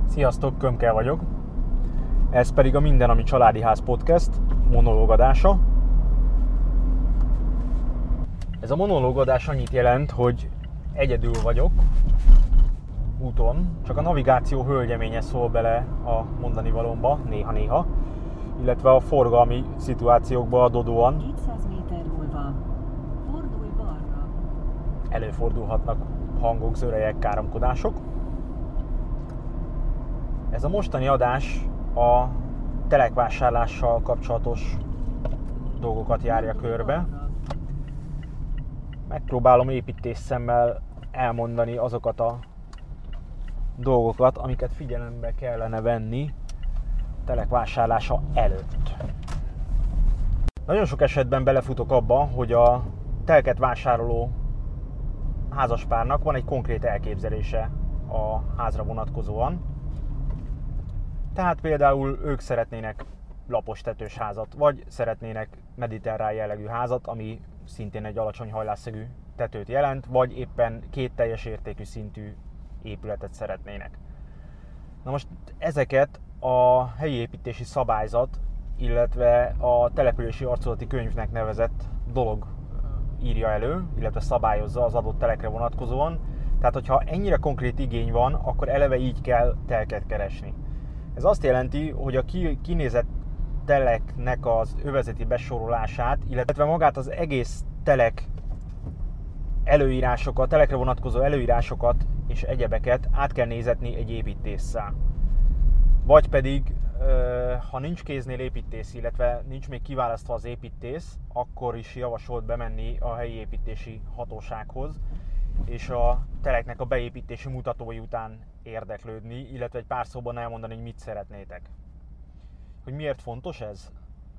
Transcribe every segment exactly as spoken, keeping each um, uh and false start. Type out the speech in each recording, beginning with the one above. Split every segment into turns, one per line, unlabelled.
Sziasztok, Kömke vagyok. Ez pedig a Minden, ami családi ház podcast monológadása. Ez a monológadás annyit jelent, hogy egyedül vagyok úton, csak a navigáció hölgyeménye szól bele a mondani valómba néha-néha, illetve a forgalmi szituációkba adódóan
kétszáz méter múlva fordulj balra.
Előfordulhatnak hangok, zörejek, káromkodások. Ez a mostani adás a telekvásárlással kapcsolatos dolgokat járja körbe. Megpróbálom építésszemmel elmondani azokat a dolgokat, amiket figyelembe kellene venni telekvásárlása előtt. Nagyon sok esetben belefutok abba, hogy a telket vásároló házaspárnak van egy konkrét elképzelése a házra vonatkozóan. Tehát például ők szeretnének lapos tetős házat, vagy szeretnének mediterrán jellegű házat, ami szintén egy alacsony hajlásszögű tetőt jelent, vagy éppen két teljes értékű szintű épületet szeretnének. Na most ezeket a helyi építési szabályzat, illetve a települési arculati könyvnek nevezett dolog írja elő, illetve szabályozza az adott telekre vonatkozóan. Tehát, hogyha ennyire konkrét igény van, akkor eleve így kell telket keresni. Ez azt jelenti, hogy a kinézett teleknek az övezeti besorolását, illetve magát az egész telek előírásokat, telekre vonatkozó előírásokat és egyebeket át kell nézetni egy építésszel. Vagy pedig, ha nincs kéznél építész, illetve nincs még kiválasztva az építész, akkor is javasolt bemenni a helyi építési hatósághoz, és a teleknek a beépítési mutatói után érdeklődni, illetve egy pár szóban elmondani, hogy mit szeretnétek. Hogy miért fontos ez?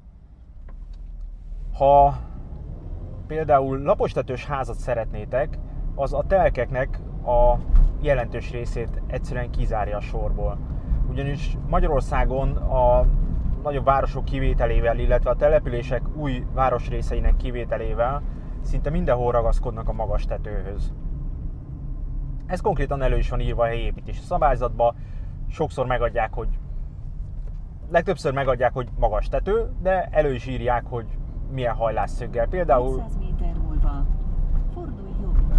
Ha például lapostetős házat szeretnétek, az a telkeknek a jelentős részét egyszerűen kizárja a sorból. Ugyanis Magyarországon a nagyobb városok kivételével, illetve a települések új városrészeinek kivételével szinte mindenhol ragaszkodnak a magas tetőhöz. Ez konkrétan elő is van írva a helyi építési szabályzatba, sokszor megadják, hogy legtöbbször megadják, hogy magas tető, de elő is írják, hogy milyen hajlásszöggel. Például
kétszáz méter múlva fordulj jobbra.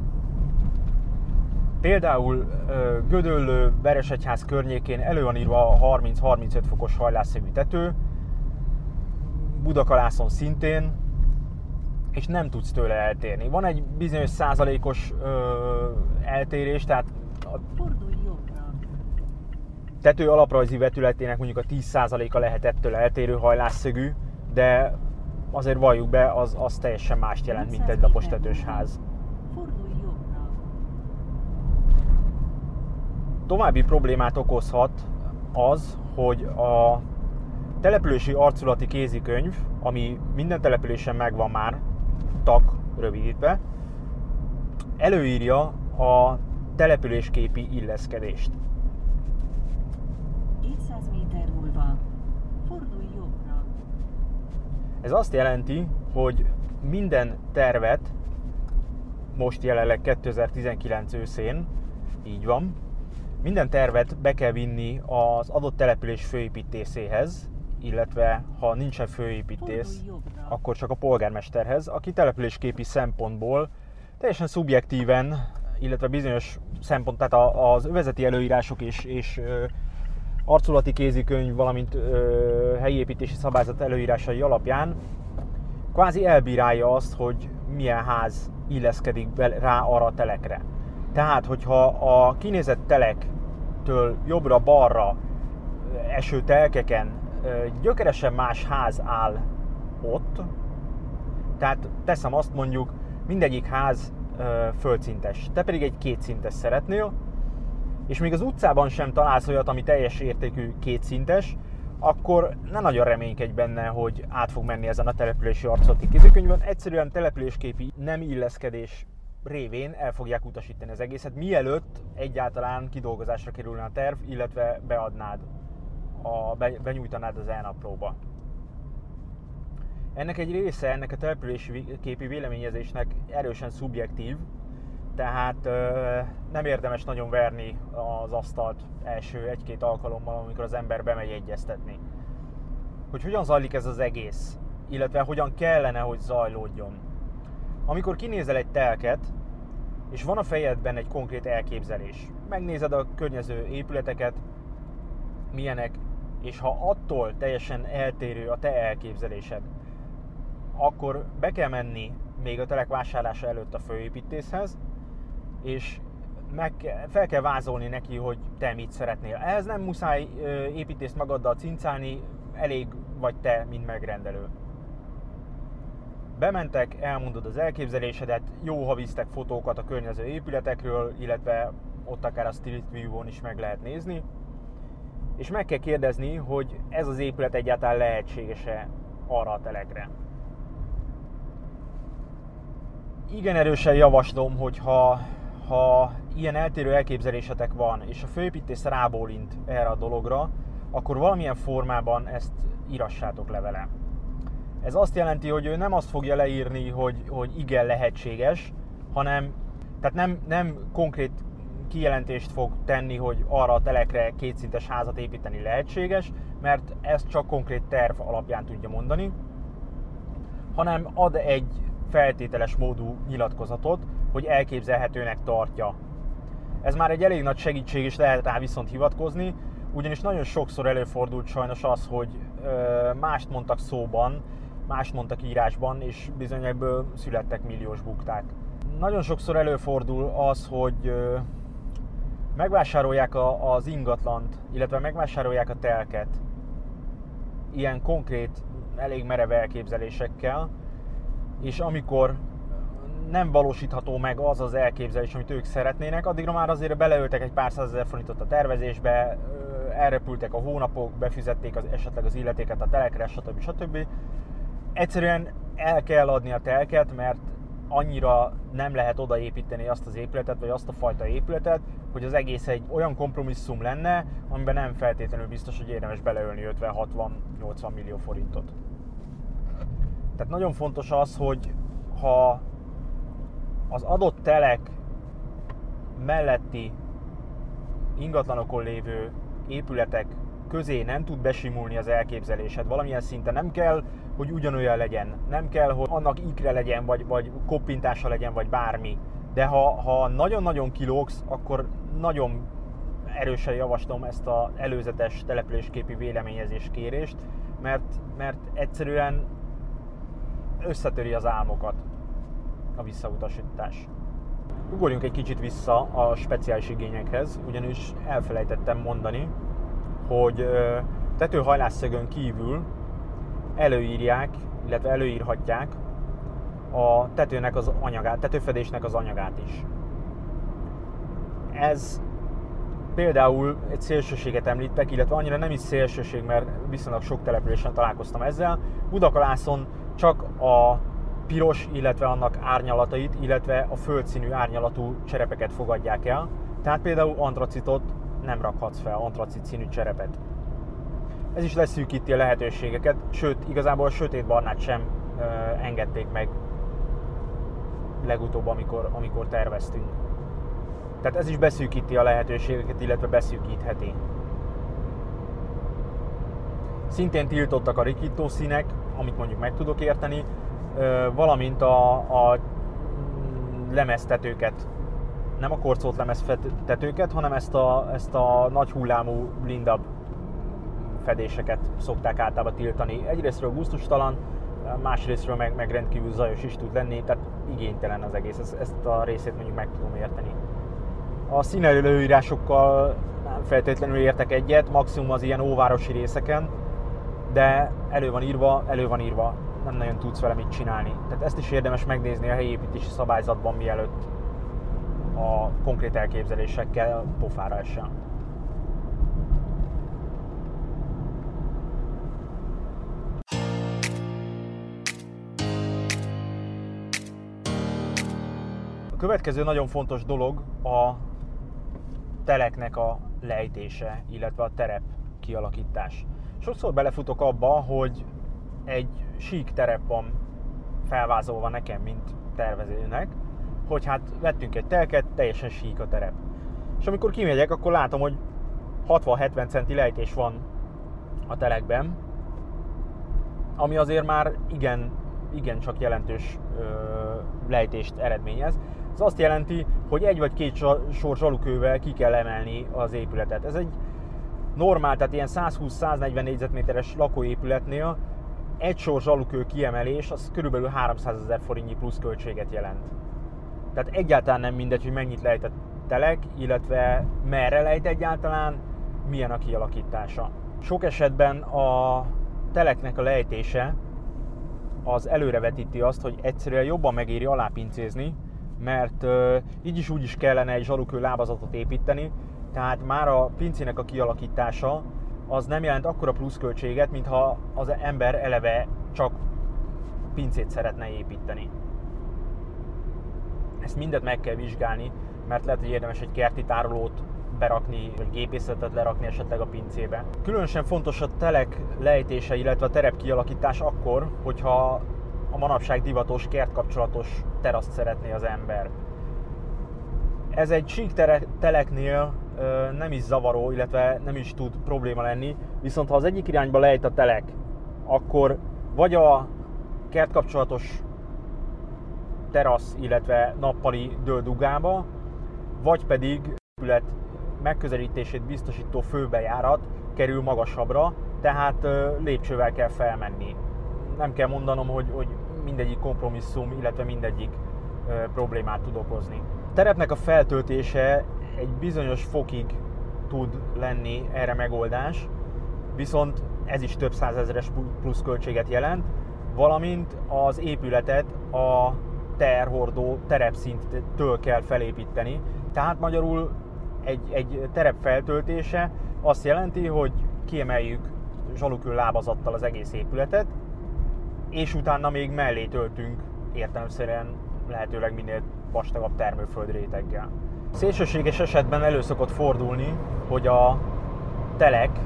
Például Gödöllő, Veresegyház környékén elő van írva a harminc-harmincöt fokos hajlásszögű tető, Budakalászon szintén, és nem tudsz tőle eltérni. Van egy bizonyos százalékos ö, eltérés, tehát a
Fordulj jobbra.
tető alaprajzi vetületének mondjuk a tíz százaléka lehet ettől eltérő hajlásszögű, de azért valljuk be, az, az teljesen mást jelent, mint egy lapos tetős ház.
Fordulj jobbra.
További problémát okozhat az, hogy a települési arculati kézikönyv, ami minden településen megvan már, tak rövidítve, előírja a településképi illeszkedést.
kétszáz méter múlva fordulj jobbra.
Ez azt jelenti, hogy minden tervet, most jelenleg kétezer-tizenkilenc őszén, így van, minden tervet be kell vinni az adott település főépítészéhez, illetve ha nincsen főépítész, akkor csak a polgármesterhez, aki településképi szempontból teljesen szubjektíven, illetve bizonyos szempont, tehát az övezeti előírások és, és ö, arculati kézikönyv, valamint ö, helyi építési szabályzat előírásai alapján kvázi elbírálja azt, hogy milyen ház illeszkedik be rá arra a telekre. Tehát, hogyha a kinézett telektől jobbra-balra eső telkeken gyökeresen más ház áll ott, tehát teszem azt, mondjuk mindegyik ház földszintes, te pedig egy kétszintes szeretnél, és még az utcában sem találsz olyat, ami teljes értékű kétszintes, akkor ne nagyon reménykedj benne, hogy át fog menni ezen a települési arculati kézikönyvön. Egyszerűen településképi nem illeszkedés révén el fogják utasítani az egészet, mielőtt egyáltalán kidolgozásra kerülne a terv, illetve beadnád, a, benyújtanád az elnaplóba. Ennek egy része, ennek a települési képi véleményezésnek erősen szubjektív, Tehát nem érdemes nagyon verni az asztalt első egy-két alkalommal, amikor az ember bemegy egyeztetni. Hogy hogyan zajlik ez az egész, illetve hogyan kellene, hogy zajlódjon. Amikor kinézel egy telket, és van a fejedben egy konkrét elképzelés, megnézed a környező épületeket, milyenek, és ha attól teljesen eltérő a te elképzelésed, akkor be kell menni még a telek vásárlása előtt a főépítészhez, és meg kell, fel kell vázolni neki, hogy te mit szeretnél. Ehhez nem muszáj építészt magaddal cincálni, elég vagy te, mint megrendelő. Bementek, elmondod az elképzelésedet, jó, ha visztek fotókat a környező épületekről, illetve ott akár a Street View-on is meg lehet nézni, és meg kell kérdezni, hogy ez az épület egyáltalán lehetséges-e arra a telekre. Igen erősen javaslom, hogy ha, ha ilyen eltérő elképzelésetek van, és a főépítész rábólint erre a dologra, akkor valamilyen formában ezt írassátok le vele. Ez azt jelenti, hogy ő nem azt fogja leírni, hogy, hogy igen, lehetséges, hanem tehát nem, nem konkrét kijelentést fog tenni, hogy arra a telekre kétszintes házat építeni lehetséges, mert ezt csak konkrét terv alapján tudja mondani, hanem ad egy feltételes módú nyilatkozatot, hogy elképzelhetőnek tartja. Ez már egy elég nagy segítség, és lehet rá viszont hivatkozni, ugyanis nagyon sokszor előfordult sajnos az, hogy ö, mást mondtak szóban, mást mondtak írásban, és bizony ebből születtek milliós bukták. Nagyon sokszor előfordul az, hogy ö, megvásárolják a, az ingatlant, illetve megvásárolják a telket ilyen konkrét, elég merev elképzelésekkel, és amikor nem valósítható meg az az elképzelés, amit ők szeretnének, addigra már azért beleöltek egy pár százezer forintot a tervezésbe, elrepültek a hónapok, befizették az, esetleg az illetéket a telekre, stb. stb. Egyszerűen el kell adni a telket, mert annyira nem lehet odaépíteni azt az épületet, vagy azt a fajta épületet, hogy az egész egy olyan kompromisszum lenne, amiben nem feltétlenül biztos, hogy érdemes beleölni ötven-hatvan-nyolcvan millió forintot. Tehát nagyon fontos az, hogy ha az adott telek melletti ingatlanokon lévő épületek közé nem tud besimulni az elképzelésed valamilyen szinten, nem kell, hogy ugyanolyan legyen, nem kell, hogy annak ikre legyen, vagy, vagy koppintása legyen, vagy bármi. De ha, ha nagyon-nagyon kilógsz, akkor nagyon erősen javaslom ezt az előzetes településképi véleményezés kérést, mert, mert egyszerűen összetöri az álmokat a visszautasítás. Ugorjunk egy kicsit vissza a speciális igényekhez, ugyanis elfelejtettem mondani, hogy tetőhajlásszögön kívül előírják, illetve előírhatják a tetőnek az anyagát, tetőfedésnek az anyagát is. Ez például egy szélsőséget említek, illetve annyira nem is szélsőség, mert viszonylag sok településen találkoztam ezzel. Budakalászon csak a piros, illetve annak árnyalatait, illetve a földszínű árnyalatú cserepeket fogadják el. Tehát például antracitot nem rakhatsz fel, antracit színű cserepet. Ez is leszűkíti a lehetőségeket, sőt, igazából a sötétbarnát sem ö, engedték meg legutóbb, amikor, amikor terveztünk. Tehát ez is beszűkíti a lehetőségeket, illetve beszűkítheti. Szintén tiltottak a rikító színek, amit mondjuk meg tudok érteni, valamint a, a lemeztetőket, nem a korcolt lemeztetőket, hanem ezt a, ezt a nagy hullámú blindabb fedéseket szokták általában tiltani. Egyrésztről gusztustalan, másrésztről meg, meg rendkívül zajos is tud lenni, tehát igénytelen az egész, ezt, ezt a részét mondjuk meg tudom érteni. A színelőírásokkal nem feltétlenül értek egyet, maximum az ilyen óvárosi részeken, de elő van írva, elő van írva, nem nagyon tudsz vele mit csinálni. Tehát ezt is érdemes megnézni a helyi építési szabályzatban, mielőtt a konkrét elképzelésekkel pofára esel. A következő nagyon fontos dolog a teleknek a lejtése, illetve a terep kialakítás. Sokszor belefutok abba, hogy egy sík terep van felvázolva nekem, mint tervezőnek, hogy hát vettünk egy telket, teljesen sík a terep. És amikor kimegyek, akkor látom, hogy hatvan-hetven centi lejtés van a telekben, ami azért már igen, igen csak jelentős ö, lejtést eredményez. Ez azt jelenti, hogy egy vagy két sor zsalukővel ki kell emelni az épületet. Ez egy normál, tehát ilyen százhúsz-száznegyven négyzetméteres lakóépületnél egy sor zsalukő kiemelés az körülbelül háromszázezer forintnyi plusz költséget jelent. Tehát egyáltalán nem mindegy, hogy mennyit lejt a telek, illetve merre lejt egyáltalán, milyen a kialakítása. Sok esetben a teleknek a lejtése az előrevetíti azt, hogy egyszerűen jobban megéri alápincézni, mert uh, így is úgy is kellene egy zsalukő lábazatot építeni, tehát már a pincének a kialakítása az nem jelent akkora pluszköltséget, mintha az ember eleve csak pincét szeretne építeni. Ezt mindet meg kell vizsgálni, mert lehet, hogy érdemes egy kerti tárolót berakni, vagy gépészetet lerakni esetleg a pincébe. Különösen fontos a telek lejtése, illetve a terep kialakítás akkor, hogyha a manapság divatos kertkapcsolatos teraszt szeretné az ember. Ez egy sík teleknél ö, nem is zavaró, illetve nem is tud probléma lenni, viszont ha az egyik irányba lejt a telek, akkor vagy a kertkapcsolatos terasz, illetve nappali dől dugába, vagy pedig épület megközelítését biztosító főbejárat kerül magasabbra, tehát ö, lépcsővel kell felmenni. Nem kell mondanom, hogy, hogy mindegyik kompromisszum, illetve mindegyik ö, problémát tud okozni. A terepnek a feltöltése egy bizonyos fokig tud lenni erre megoldás, viszont ez is több százezeres plusz költséget jelent, valamint az épületet a teherhordó terepszinttől kell felépíteni. Tehát magyarul egy, egy terep feltöltése azt jelenti, hogy kiemeljük zsalukő lábazattal az egész épületet, és utána még mellé töltünk értelemszerűen lehetőleg minél vastagabb termőföldréteggel. Szélsőséges esetben elő szokott fordulni, hogy a telek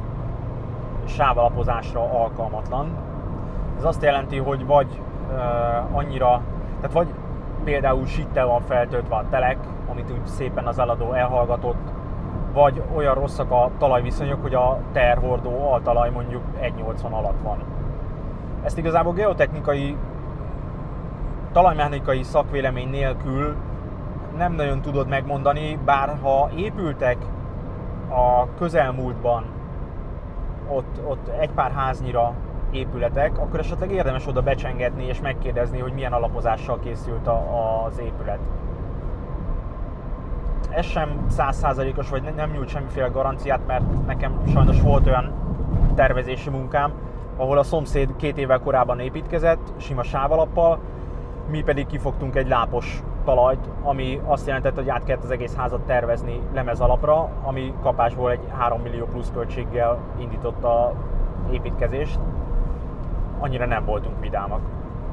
sávalapozásra alkalmatlan. Ez azt jelenti, hogy vagy uh, annyira, tehát vagy például sittel van feltöltve a telek, amit úgy szépen az eladó elhallgatott, vagy olyan rosszak a talajviszonyok, hogy a teherhordó altalaj mondjuk egy nyolcvan alatt van. Ezt igazából geotechnikai, talajmechanikai szakvélemény nélkül nem nagyon tudod megmondani, bár ha épültek a közelmúltban ott, ott egy pár háznyira épületek, akkor esetleg érdemes oda becsengetni és megkérdezni, hogy milyen alapozással készült a, az épület. Ez sem száz százalékos, vagy nem nyújt semmiféle garanciát, mert nekem sajnos volt olyan tervezési munkám, ahol a szomszéd két évvel korábban építkezett, sima sávalappal, mi pedig kifogtunk egy lápos talajt, ami azt jelentette, hogy át kellett az egész házat tervezni lemez alapra, ami kapásból egy három millió plusz költséggel indította az építkezést. Annyira nem voltunk vidámak.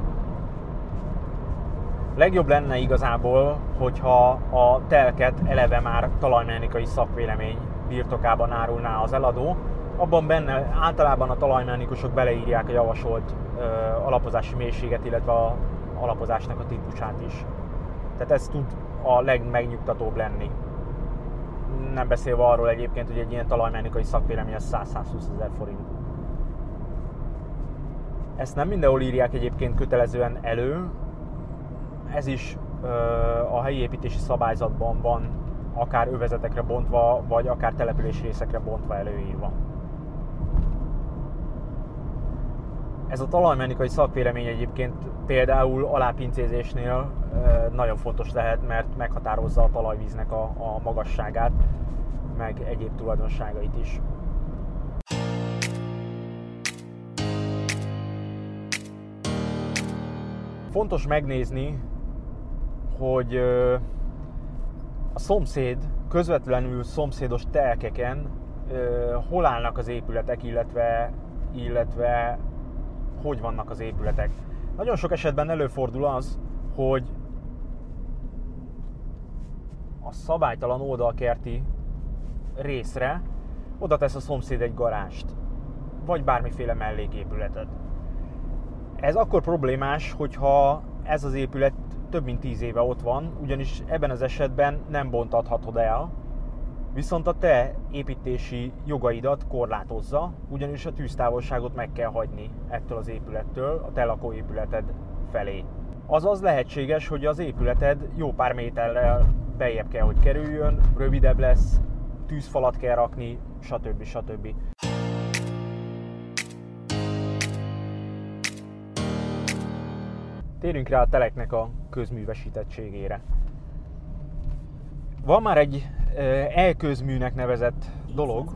Legjobb lenne igazából, hogyha a telket eleve már talajmechanikai szakvélemény birtokában árulná az eladó. Abban benne általában a talajmechanikusok beleírják a javasolt ö, alapozási mélységet, illetve a alapozásnak a típusát is. Tehát ez tud a legmegnyugtatóbb lenni. Nem beszélve arról egyébként, hogy egy ilyen talajmechanikai szakvélemény az száz-százhúsz ezer forint. Ezt nem mindenhol írják egyébként kötelezően elő. Ez is ö, a helyi építési szabályzatban van akár övezetekre bontva, vagy akár települési részekre bontva előírva. Ez a talajmechanikai szakvélemény egyébként például alápincézésnél nagyon fontos lehet, mert meghatározza a talajvíznek a, a magasságát, meg egyéb tulajdonságait is. Fontos megnézni, hogy a szomszéd, közvetlenül szomszédos telkeken hol állnak az épületek, illetve, illetve hogy vannak az épületek. Nagyon sok esetben előfordul az, hogy a szabálytalan oldalkerti részre oda tesz a szomszéd egy garást, vagy bármiféle melléképületet. Ez akkor problémás, hogyha ez az épület több mint tíz éve ott van, ugyanis ebben az esetben nem bontathatod el, viszont a te építési jogaidat korlátozza, ugyanis a tűztávolságot meg kell hagyni ettől az épülettől a te lakóépületed felé. Azaz lehetséges, hogy az épületed jó pár méterrel beljebb kell, hogy kerüljön, rövidebb lesz, tűzfalat kell rakni, stb. stb. Térjünk rá a teleknek a közművesítettségére. Van már egy e-közműnek nevezett dolog,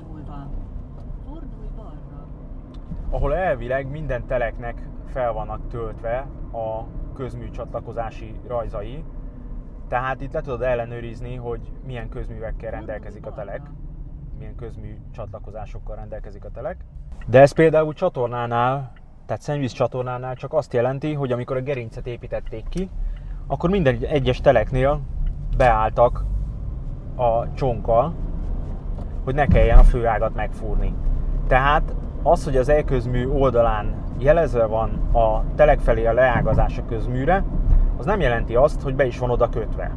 ahol elvileg minden teleknek fel vannak töltve a közműcsatlakozási rajzai. Tehát itt le tudod ellenőrizni, hogy milyen közművekkel rendelkezik a telek, milyen közmű csatlakozásokkal rendelkezik a telek. De ez például csatornánál, tehát szennyvíz csatornánál csak azt jelenti, hogy amikor a gerincet építették ki, akkor minden egyes teleknél beálltak a csónkkal, hogy ne kelljen a főágat megfúrni. Tehát az, hogy az e-közmű oldalán jelezve van a telek felé a leágazás a közműre, az nem jelenti azt, hogy be is van oda kötve.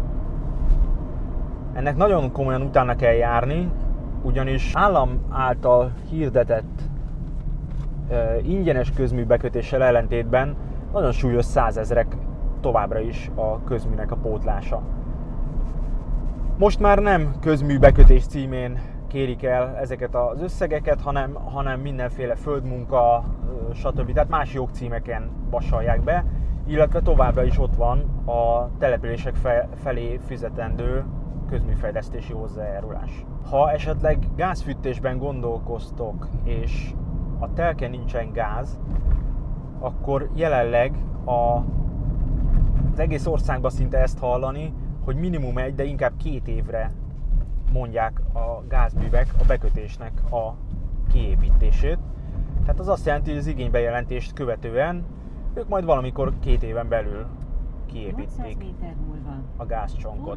Ennek nagyon komolyan utána kell járni, ugyanis állam által hirdetett e, ingyenes közműbekötéssel ellentétben nagyon súlyos százezrek továbbra is a közműnek a pótlása. Most már nem közműbekötés címén kérik el ezeket az összegeket, hanem, hanem mindenféle földmunka, stb. Tehát más jogcímeken vasalják be, illetve továbbra is ott van a települések felé fizetendő közműfejlesztési hozzájárulás. Ha esetleg gázfűtésben gondolkoztok, és a telken nincsen gáz, akkor jelenleg a, az egész országban szinte ezt hallani, hogy minimum egy, de inkább két évre mondják a gázművek a bekötésnek a kiépítését. Tehát az azt jelenti, hogy az igénybejelentést követően ők majd valamikor két éven belül kiépítik a gázcsonkot.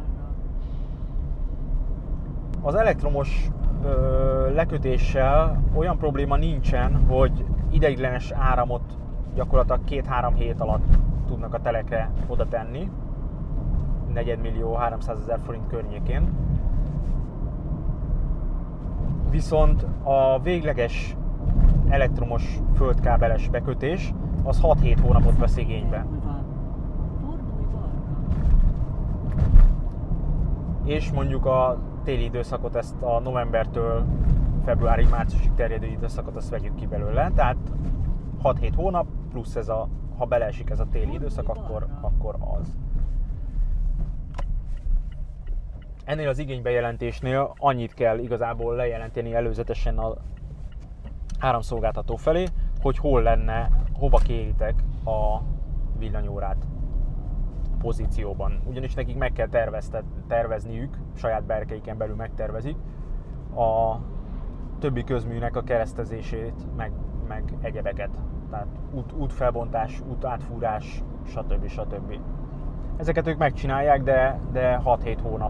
Az elektromos ö, lekötéssel olyan probléma nincsen, hogy ideiglenes áramot gyakorlatilag két-három hét alatt tudnak a telekre oda tenni, negyedmillió háromszázezer forint környékén. Viszont a végleges elektromos földkábeles bekötés az hat-hét hónapot vesz igénybe. És mondjuk a téli időszakot, ezt a novembertől februárig, márciusig terjedő időszakot, azt vegyük ki belőle. Tehát hat-hét hónap plusz ez a, ha beleesik ez a téli időszak, akkor, akkor az. Ennél az igénybejelentésnél annyit kell igazából lejelenteni előzetesen a áramszolgáltató felé, hogy hol lenne, hova kéritek a villanyórát pozícióban. Ugyanis nekik meg kell tervezniük, saját berkeiken belül megtervezik a többi közműnek a keresztezését, meg, meg egyebeket. Tehát út, útfelbontás, útátfúrás, stb. stb. Ezeket ők megcsinálják, de, de hat-hét hónap.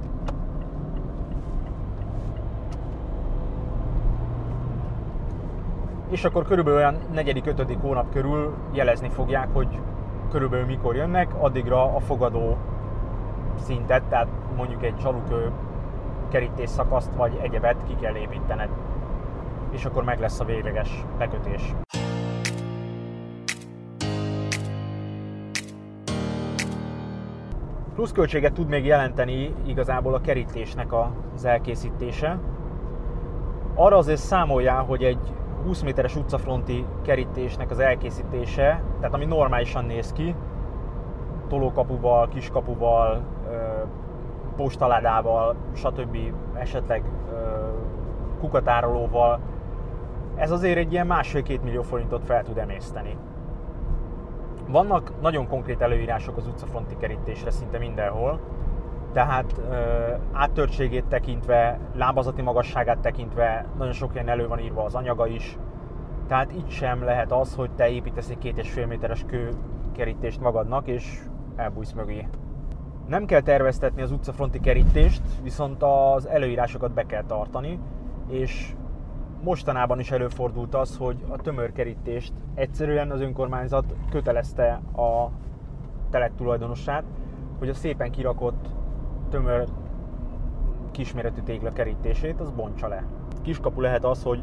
És akkor körülbelül olyan negyedik-ötödik hónap körül jelezni fogják, hogy körülbelül mikor jönnek, addigra a fogadó szintet, tehát mondjuk egy csalukő kerítésszakaszt vagy egyebet ki kell építened. És akkor meg lesz a végleges bekötés. Pluszköltséget tud még jelenteni igazából a kerítésnek az elkészítése. Arra azért számoljál, hogy egy húsz méteres utcafronti kerítésnek az elkészítése, tehát ami normálisan néz ki, tolókapuval, kiskapuval, postaládával, stb. Esetleg kukatárolóval, ez azért egy ilyen másfél-két millió forintot fel tud emészteni. Vannak nagyon konkrét előírások az utcafronti kerítésre szinte mindenhol, tehát ö, áttörtségét tekintve, lábazati magasságát tekintve nagyon sok ilyen elő van írva az anyaga is. Tehát itt sem lehet az, hogy te építesz egy két és fél méteres kőkerítést magadnak és elbújsz mögé. Nem kell terveztetni az utcafronti kerítést, viszont az előírásokat be kell tartani, és mostanában is előfordult az, hogy a tömörkerítést egyszerűen az önkormányzat kötelezte a telek tulajdonosát, hogy a szépen kirakott tömör kisméretű tégla kerítését, az bontsa le. Kiskapu lehet az, hogy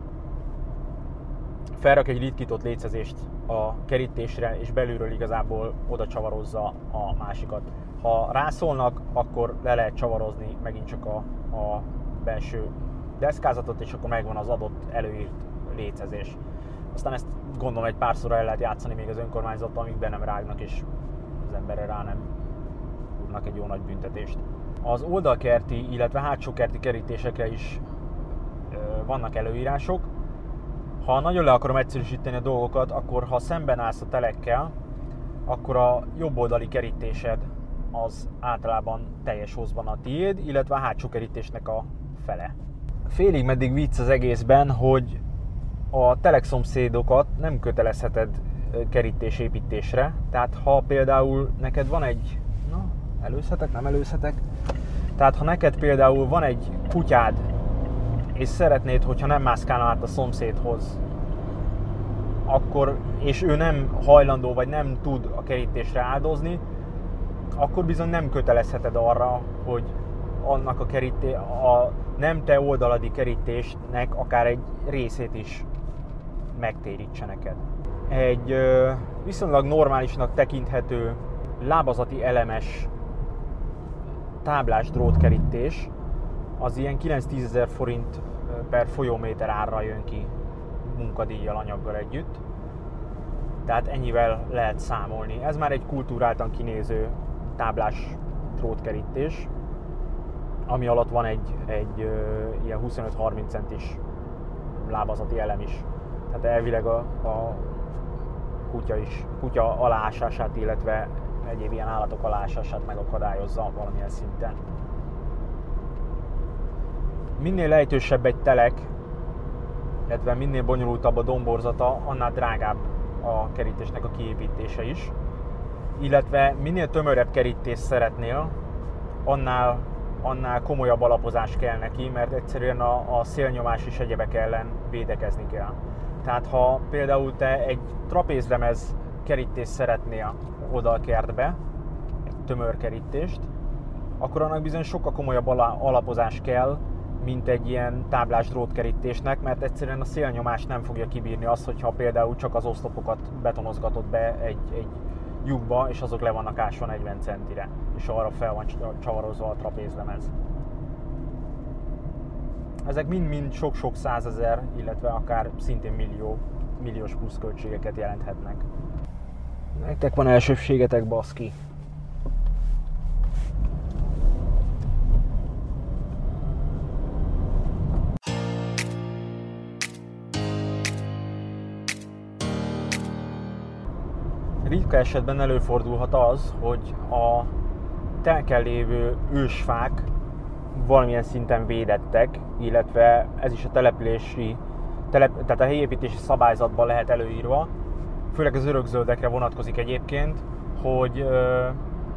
felrak egy ritkított lécezést a kerítésre, és belülről igazából oda csavarozza a másikat. Ha rászólnak, akkor le lehet csavarozni megint csak a, a belső deszkázatot, és akkor megvan az adott előírt lécezés. Aztán ezt gondolom egy párszorra el lehet játszani még az önkormányzattal, amíg be nem rágnak, és az emberre rá nem tudnak egy jó nagy büntetést. Az oldalkerti, illetve hátsókerti kerítésekre is ö, vannak előírások. Ha nagyon le akarom egyszerűsíteni a dolgokat, akkor ha szemben állsz a telekkel, akkor a jobb oldali kerítésed az általában teljes hozban a tiéd, illetve a hátsó kerítésnek a fele. Félig meddig vicc az egészben, hogy a telekszomszédokat nem kötelezheted kerítésépítésre. Tehát ha például neked van egy... Na, előzhetek, nem előzhetek? Tehát ha neked például van egy kutyád, és szeretnéd, hogyha nem mászkálna át a szomszédhoz, akkor, és ő nem hajlandó, vagy nem tud a kerítésre áldozni, akkor bizony nem kötelezheted arra, hogy annak a, keríté, a nem te oldaladi kerítésnek akár egy részét is megtérítse neked. Egy ö, viszonylag normálisnak tekinthető lábazati elemes táblás drótkerítés az ilyen kilenc-tízezer forint per folyóméter árra jön ki munkadíjjal, anyaggal együtt. Tehát ennyivel lehet számolni. Ez már egy kultúráltan kinéző táblás drótkerítés, ami alatt van egy, egy uh, ilyen huszonöt-harminc centis lábazati elem is. Tehát elvileg a, a kutya is, kutya aláásását, illetve egyéb ilyen állatok aláásását megakadályozza valamilyen szinten. Minél lejtősebb egy telek, illetve minél bonyolultabb a domborzata, annál drágább a kerítésnek a kiépítése is. Illetve minél tömörebb kerítést szeretnél, annál, annál komolyabb alapozás kell neki, mert egyszerűen a, a szélnyomás és egyebek ellen védekezni kell. Tehát ha például te egy trapézlemez kerítést szeretnél oda a kertbe, egy tömör kerítést, akkor annak bizony sokkal komolyabb alapozás kell, mint egy ilyen táblás drótkerítésnek, mert egyszerűen a szélnyomás nem fogja kibírni azt, hogyha például csak az oszlopokat betonozgatod be egy, egy lyukba, és azok le vannak ásva negyven centire, és arra fel van csavarozva a trapézlemez. Ezek mind-mind sok-sok százezer, illetve akár szintén millió, milliós pluszköltségeket jelenthetnek. Nektek van elsőbségetek, baszki! Ritka esetben előfordulhat az, hogy a telken lévő ősfák valamilyen szinten védettek, illetve ez is a települési, telep, tehát a helyépítési szabályzatban lehet előírva, főleg az örökzöldekre vonatkozik egyébként, hogy ö,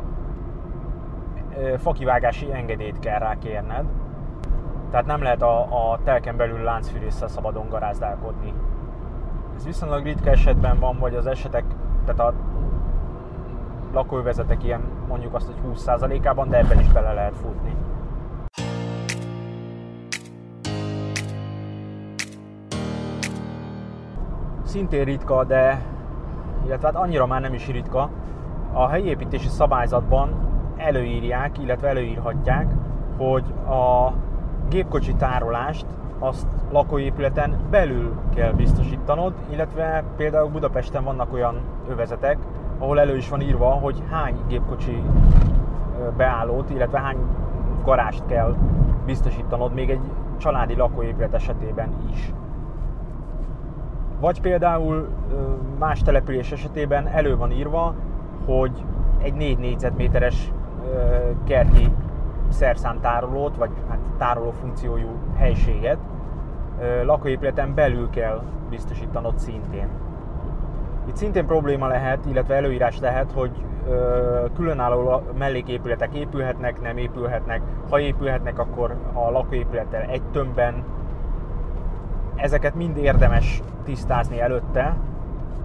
ö, fakivágási engedélyt kell rá kérned. Tehát nem lehet a, a telken belül láncfűrésszel szabadon garázdálkodni. Ez viszonylag ritka esetben van, vagy az esetek, tehát a lakóövezetek ilyen mondjuk azt, hogy húsz százalékában, de ebben is bele lehet futni. Szintén ritka, de illetve hát annyira már nem is ritka, a helyépítési szabályzatban előírják, illetve előírhatják, hogy a gépkocsi tárolást azt lakóépületen belül kell biztosítanod, illetve például Budapesten vannak olyan övezetek, ahol elő is van írva, hogy hány gépkocsi beállót, illetve hány garást kell biztosítanod még egy családi lakóépület esetében is. Vagy például más település esetében elő van írva, hogy egy négy négyzetméteres kerti szerszámtárolót, vagy hát tároló funkciójú helységet lakóépületen belül kell biztosítanod szintén. Itt szintén probléma lehet, illetve előírás lehet, hogy különálló melléképületek épülhetnek, nem épülhetnek. Ha épülhetnek, akkor a lakóépülettel egy tömbben. Ezeket mind érdemes tisztázni előtte,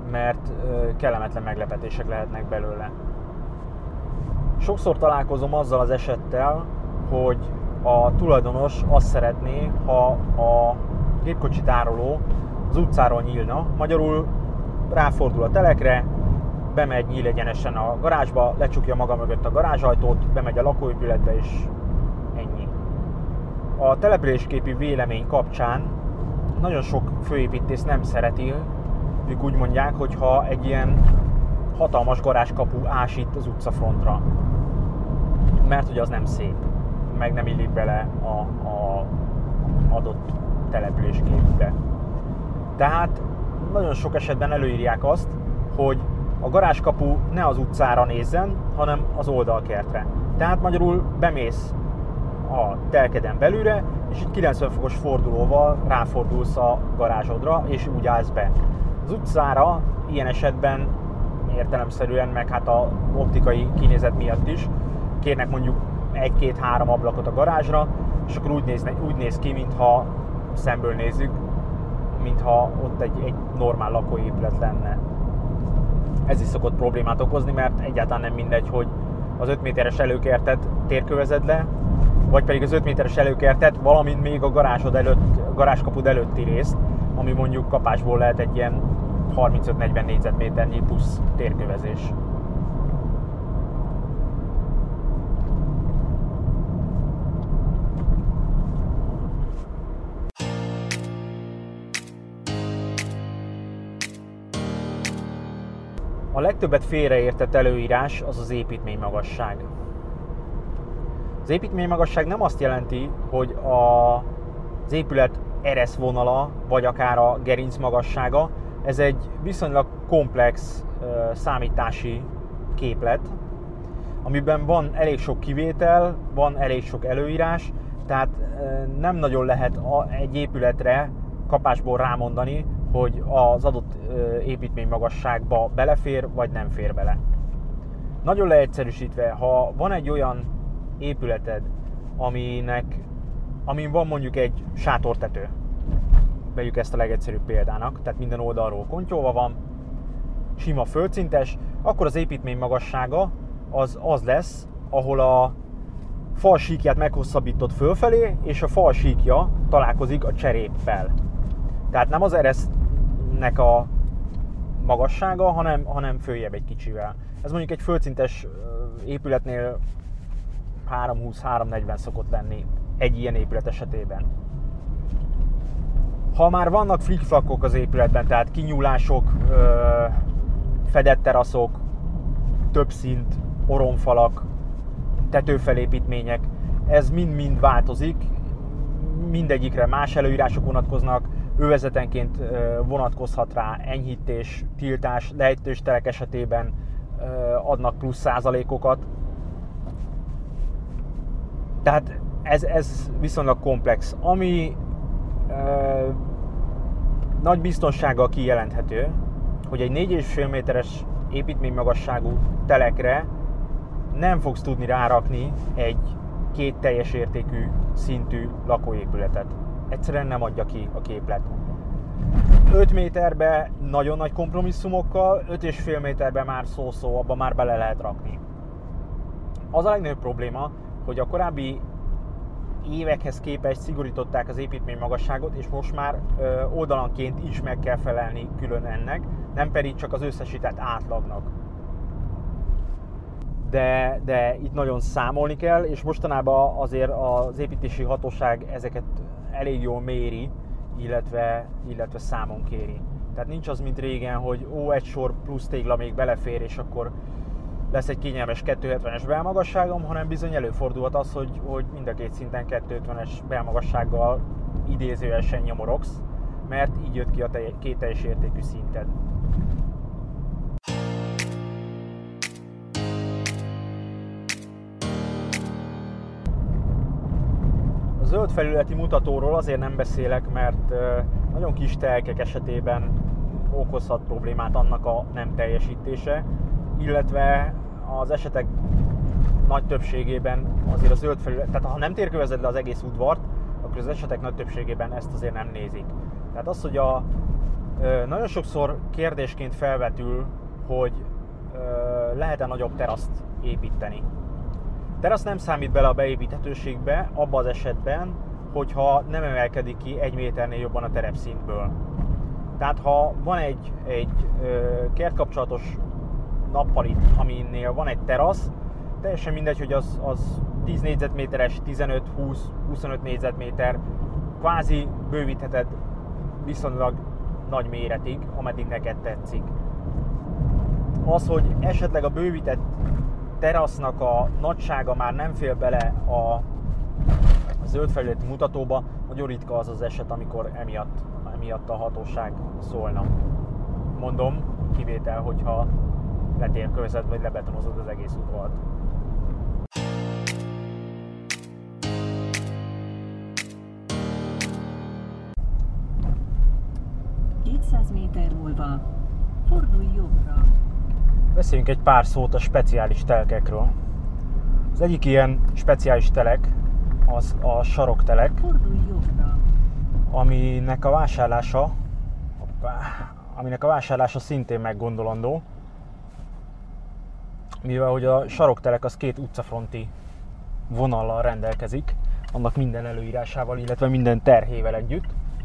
mert kellemetlen meglepetések lehetnek belőle. Sokszor találkozom azzal az esettel, hogy a tulajdonos azt szeretné, ha a gépkocsi tároló az utcáról nyílna, magyarul ráfordul a telekre, bemegy, nyíl egyenesen a garázsba, lecsukja maga mögött a garázsajtót, bemegy a lakóépületbe és ennyi. A településképi vélemény kapcsán nagyon sok főépítész nem szereti, ők úgy mondják, hogyha egy ilyen hatalmas garázskapu ásít az utcafrontra, mert hogy az nem szép, meg nem illik bele a, a adott településképbe. Tehát nagyon sok esetben előírják azt, hogy a garázskapu ne az utcára nézzen, hanem az oldalkertre. Tehát magyarul bemész a telkeden belülre, és egy kilencven fokos fordulóval ráfordulsz a garázsodra, és úgy állsz be. Az utcára ilyen esetben értelemszerűen, meg hát a optikai kinézet miatt is kérnek mondjuk egy-két-három ablakot a garázsra, és akkor úgy néz, úgy néz ki, mintha szemből nézzük, mintha ott egy, egy normál lakóépület lenne. Ez is szokott problémát okozni, mert egyáltalán nem mindegy, hogy az öt méteres előkertet térkövezed le, vagy pedig az öt méteres előkertet, valamint még a garázsod előtt, a garázskapud előtti részt, ami mondjuk kapásból lehet egy ilyen harmincöt-negyven négyzetméternyi plusz térkövezés. A legtöbbet félreértett előírás az az építménymagasság. Az építménymagasság nem azt jelenti, hogy a, az épület ereszvonala, vagy akár a gerinc magassága. Ez egy viszonylag komplex uh, számítási képlet, amiben van elég sok kivétel, van elég sok előírás, tehát uh, nem nagyon lehet a, egy épületre kapásból rámondani, hogy az adott uh, építmény magasságba belefér, vagy nem fér bele. Nagyon leegyszerűsítve, ha van egy olyan épületed, aminek, amin van mondjuk egy sátortető, vegyük ezt a legegyszerűbb példának, tehát minden oldalról kontyolva van, sima földszintes, akkor az építmény magassága az az lesz, ahol a fal síkját meghosszabbítod fölfelé, és a fal síkja találkozik a cseréppel. Tehát nem az eresznek a magassága, hanem, hanem följebb egy kicsivel. Ez mondjuk egy földszintes épületnél háromhúsz háromnegyven szokott lenni egy ilyen épület esetében. Ha már vannak flikflakok az épületben, tehát kinyúlások, fedett teraszok, többszint, oromfalak, tetőfelépítmények, ez mind-mind változik, mindegyikre más előírások vonatkoznak, övezetenként vonatkozhat rá enyhítés, tiltás, lejtős terek esetében adnak plusz százalékokat. Tehát ez, ez viszonylag komplex. Ami ö, nagy biztonsággal kijelenthető, hogy egy négy egész öt méteres építménymagasságú telekre nem fogsz tudni rárakni egy két teljes értékű szintű lakóépületet. Egyszerűen nem adja ki a képlet. öt méterbe nagyon nagy kompromisszumokkal, öt egész öt méterbe már szó-szó, abba már bele lehet rakni. Az a legnagyobb probléma, hogy a korábbi évekhez képest szigorították az építmény magasságot, és most már ö, oldalanként is meg kell felelni külön ennek, nem pedig csak az összesített átlagnak. De, de itt nagyon számolni kell, és mostanában azért az építési hatóság ezeket elég jól méri, illetve, illetve számon kéri. Tehát nincs az, mint régen, hogy ó, egy sor plusz tégla még belefér, és akkor lesz egy kényelmes kétszázhetvenes belmagasságom, hanem bizony előfordulhat az, hogy, hogy mind a két szinten kétszázötvenes belmagassággal idézőjelesen nyomorogsz, mert így jött ki a te- két teljes értékű szinted. A zöld felületi mutatóról azért nem beszélek, mert nagyon kis telkek esetében okozhat problémát annak a nem teljesítése, illetve az esetek nagy többségében azért a zöld felület, tehát ha nem térkövezed le az egész udvart, akkor az esetek nagy többségében ezt azért nem nézik. Tehát az, hogy a Nagyon sokszor kérdésként felvetül, hogy lehet-e nagyobb teraszt építeni. Terasz nem számít bele a beépíthetőségbe abban az esetben, hogyha nem emelkedik ki egy méternél jobban a terepszintből. Tehát ha van egy, egy kertkapcsolatos nappalit, aminél van egy terasz, teljesen mindegy, hogy az, az tíz négyzetméteres, tizenöt, húsz, huszonöt négyzetméter, kvázi bővítheted viszonylag nagy méretig, ameddig neked tetszik. Az, hogy esetleg a bővített terasznak a nagysága már nem fél bele a zöld felületi mutatóba, nagyon ritka az az eset, amikor emiatt, emiatt a hatóság szólna. Mondom, kivétel, hogyha letérkőzed vagy lebetonozod az egész udvart.
kétszáz méter múlva fordulj jobbra.
Beszéljünk egy pár szót a speciális telkekről. Az egyik ilyen speciális telek az a saroktelek,
Fordulj jobbra.
aminek a vásárlása, aminek a vásárlása szintén meggondolandó, mivel hogy a saroktelek az két utcafronti vonallal rendelkezik, annak minden előírásával, illetve minden terhével együtt.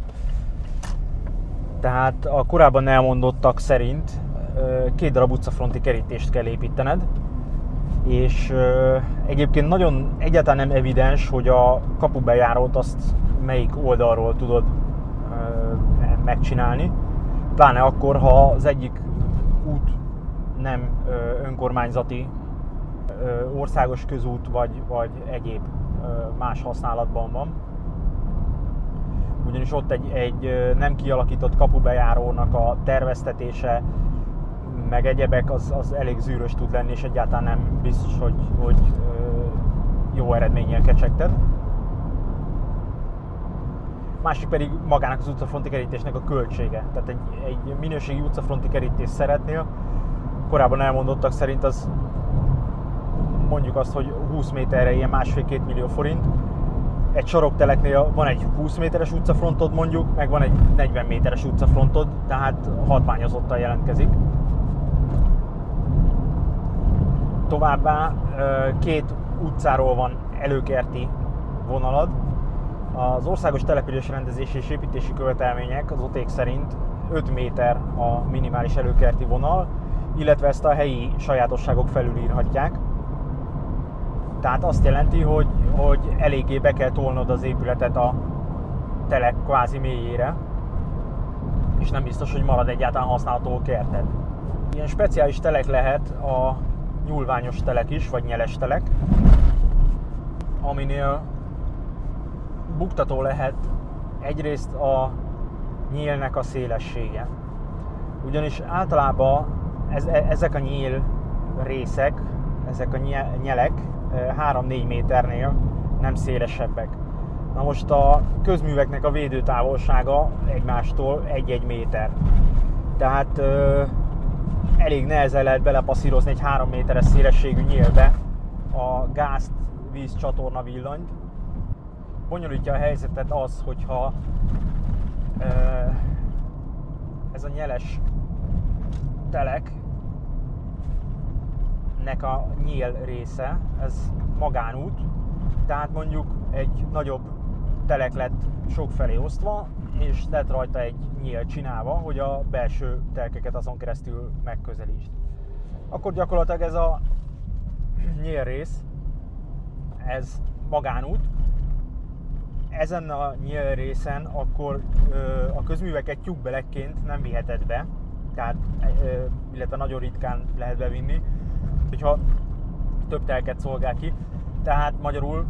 Tehát a korábban elmondottak szerint két darab utcafronti kerítést kell építened, és egyébként nagyon egyáltalán nem evidens, hogy a kapubejárót azt melyik oldalról tudod megcsinálni, pláne akkor, ha az egyik út nem önkormányzati, országos közút vagy, vagy egyéb más használatban van. Ugyanis ott egy, egy nem kialakított kapubejárónak a terveztetése, meg egyebek, az, az elég zűrös tud lenni, és egyáltalán nem biztos, hogy, hogy jó eredménnyel kecsegted. Másik pedig magának az utcafronti kerítésnek a költsége. Tehát egy, egy minőségi utcafronti kerítést szeretnél, korábban elmondottak szerint az mondjuk azt, hogy húsz méterre ilyen másfél-két millió forint. Egy sarokteleknél van egy húsz méteres utcafrontod mondjuk, meg van egy negyven méteres utcafrontod, tehát hatványozottan jelentkezik. Továbbá két utcáról van előkerti vonalad. Az országos településrendezési és építési követelmények az oték szerint öt méter a minimális előkerti vonal, illetve ezt a helyi sajátosságok felülírhatják. Tehát azt jelenti, hogy, hogy eléggé be kell tolnod az épületet a telek kvázi mélyére, és nem biztos, hogy marad egyáltalán használható kerted. Ilyen speciális telek lehet a nyúlványos telek is, vagy nyeles telek, aminél buktató lehet egyrészt a nyílnek a szélessége. Ugyanis általában ez, ezek a nyíl részek, ezek a nyelek három-négy méternél nem szélesebbek. Na most a közműveknek a védőtávolsága egymástól egy-egy méter. Tehát ö, elég nehezen lehet belepasszírozni egy három méteres szélességű nyílbe a gázt, víz, csatorna, villanyt. Bonyolítja a helyzetet az, hogyha ö, ez a nyeles telek nek a nyíl része, ez magánút, tehát mondjuk egy nagyobb telek lett sokfelé osztva, és lett rajta egy nyíl csinálva, hogy a belső telkeket azon keresztül megközelítsd. Akkor gyakorlatilag ez a nyíl rész, ez magánút. Ezen a nyíl részen akkor ö, a közműveket tyúkbelekként nem viheted be, tehát, ö, illetve nagyon ritkán lehet bevinni, hogyha több telket szolgál ki. Tehát magyarul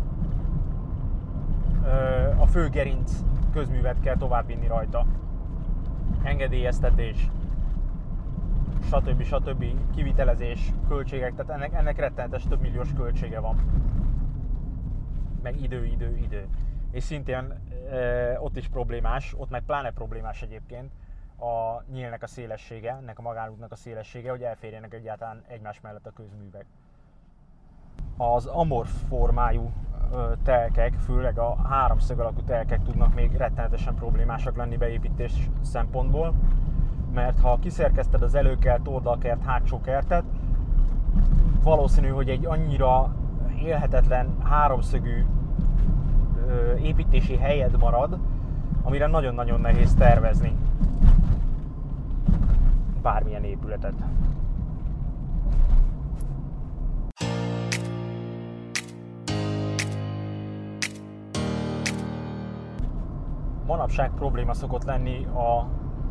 ö, a fő gerinc közművet kell továbbvinni rajta. Engedélyeztetés, stb. stb. Kivitelezés, költségek, tehát ennek, ennek rettenetes több milliós költsége van. Meg idő, idő, idő. És szintén e, ott is problémás, ott meg pláne problémás egyébként a nyílnek a szélessége, ennek a magánútnak a szélessége, hogy elférjenek egyáltalán egymás mellett a közművek. Az amorf formájú telkek, főleg a háromszög alakú telkek tudnak még rettenetesen problémásak lenni beépítés szempontból. mert ha kiszerkezted az előkert, oldalkert, hátsó kertet, valószínű, hogy egy annyira élhetetlen háromszögű ö, építési helyed marad, amire nagyon-nagyon nehéz tervezni bármilyen épületet. Manapság probléma szokott lenni a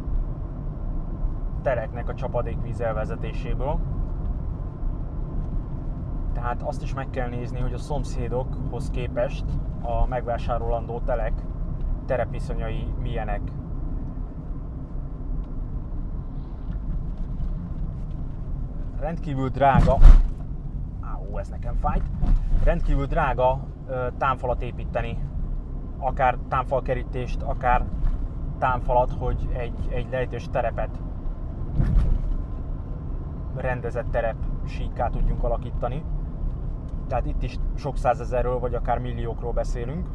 tereknek a csapadékvíz elvezetéséből. Tehát azt is meg kell nézni, hogy a szomszédokhoz képest a megvásárolandó telek terepviszonyai milyenek. Rendkívül drága, áó, ez nekem fájt, rendkívül drága ö, támfalat építeni, akár támfalkerítést, akár támfalat, hogy egy, egy lejtős terepet, rendezett terep síkká tudjunk alakítani. Tehát itt is sok százezerről vagy akár milliókról beszélünk.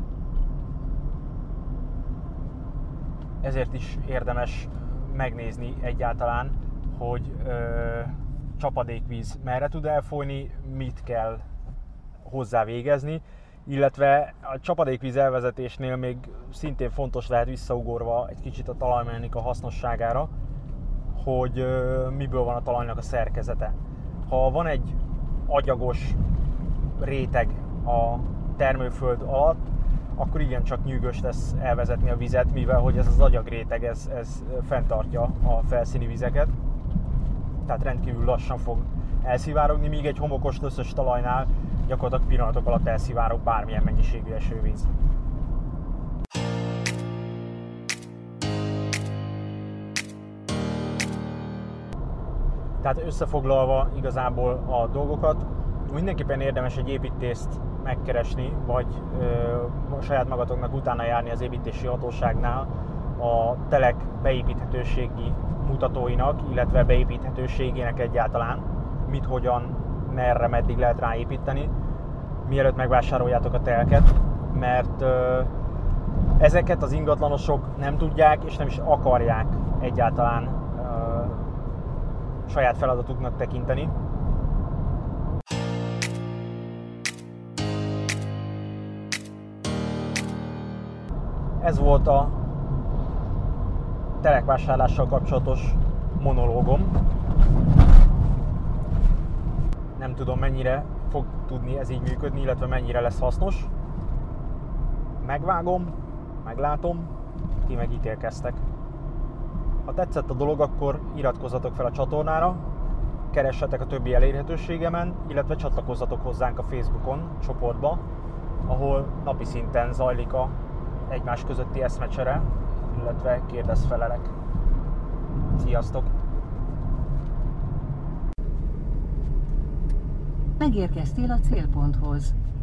Ezért is érdemes megnézni egyáltalán, hogy ö, csapadékvíz merre tud elfolyni, mit kell hozzá végezni, illetve a csapadékvíz elvezetésnél még szintén fontos lehet, visszaugorva egy kicsit a talajmechanika hasznosságára, hogy ö, miből van a talajnak a szerkezete. Ha van egy agyagos réteg a termőföld alatt, akkor igencsak nyűgös lesz elvezetni a vizet, mivel hogy ez az agyagréteg ez, ez fenntartja a felszíni vizeket. Tehát rendkívül lassan fog elszivárogni, míg egy homokos, löszös talajnál gyakorlatilag pillanatok alatt elszivárog bármilyen mennyiségű esővíz. Tehát összefoglalva igazából a dolgokat, mindenképpen érdemes egy építést megkeresni, vagy ö, saját magatoknak utána járni az építési hatóságnál a telek beépíthetőségi mutatóinak, illetve beépíthetőségének egyáltalán, mit, hogyan, merre, meddig lehet ráépíteni, mielőtt megvásároljátok a telket, mert ö, ezeket az ingatlanosok nem tudják és nem is akarják egyáltalán ö, saját feladatuknak tekinteni. Ez volt a telekvásárlással kapcsolatos monológom. Nem tudom, mennyire fog tudni ez így működni, illetve mennyire lesz hasznos. Megvágom, meglátom, ti meg ítélkeztek. Ha tetszett a dolog, akkor iratkozzatok fel a csatornára, keressetek a többi elérhetőségemen, illetve csatlakozzatok hozzánk a Facebookon csoportba, ahol napi szinten zajlik a egymás közötti eszmecsere, illetve kérdezfelelek. Sziasztok!
Megérkeztél a célponthoz.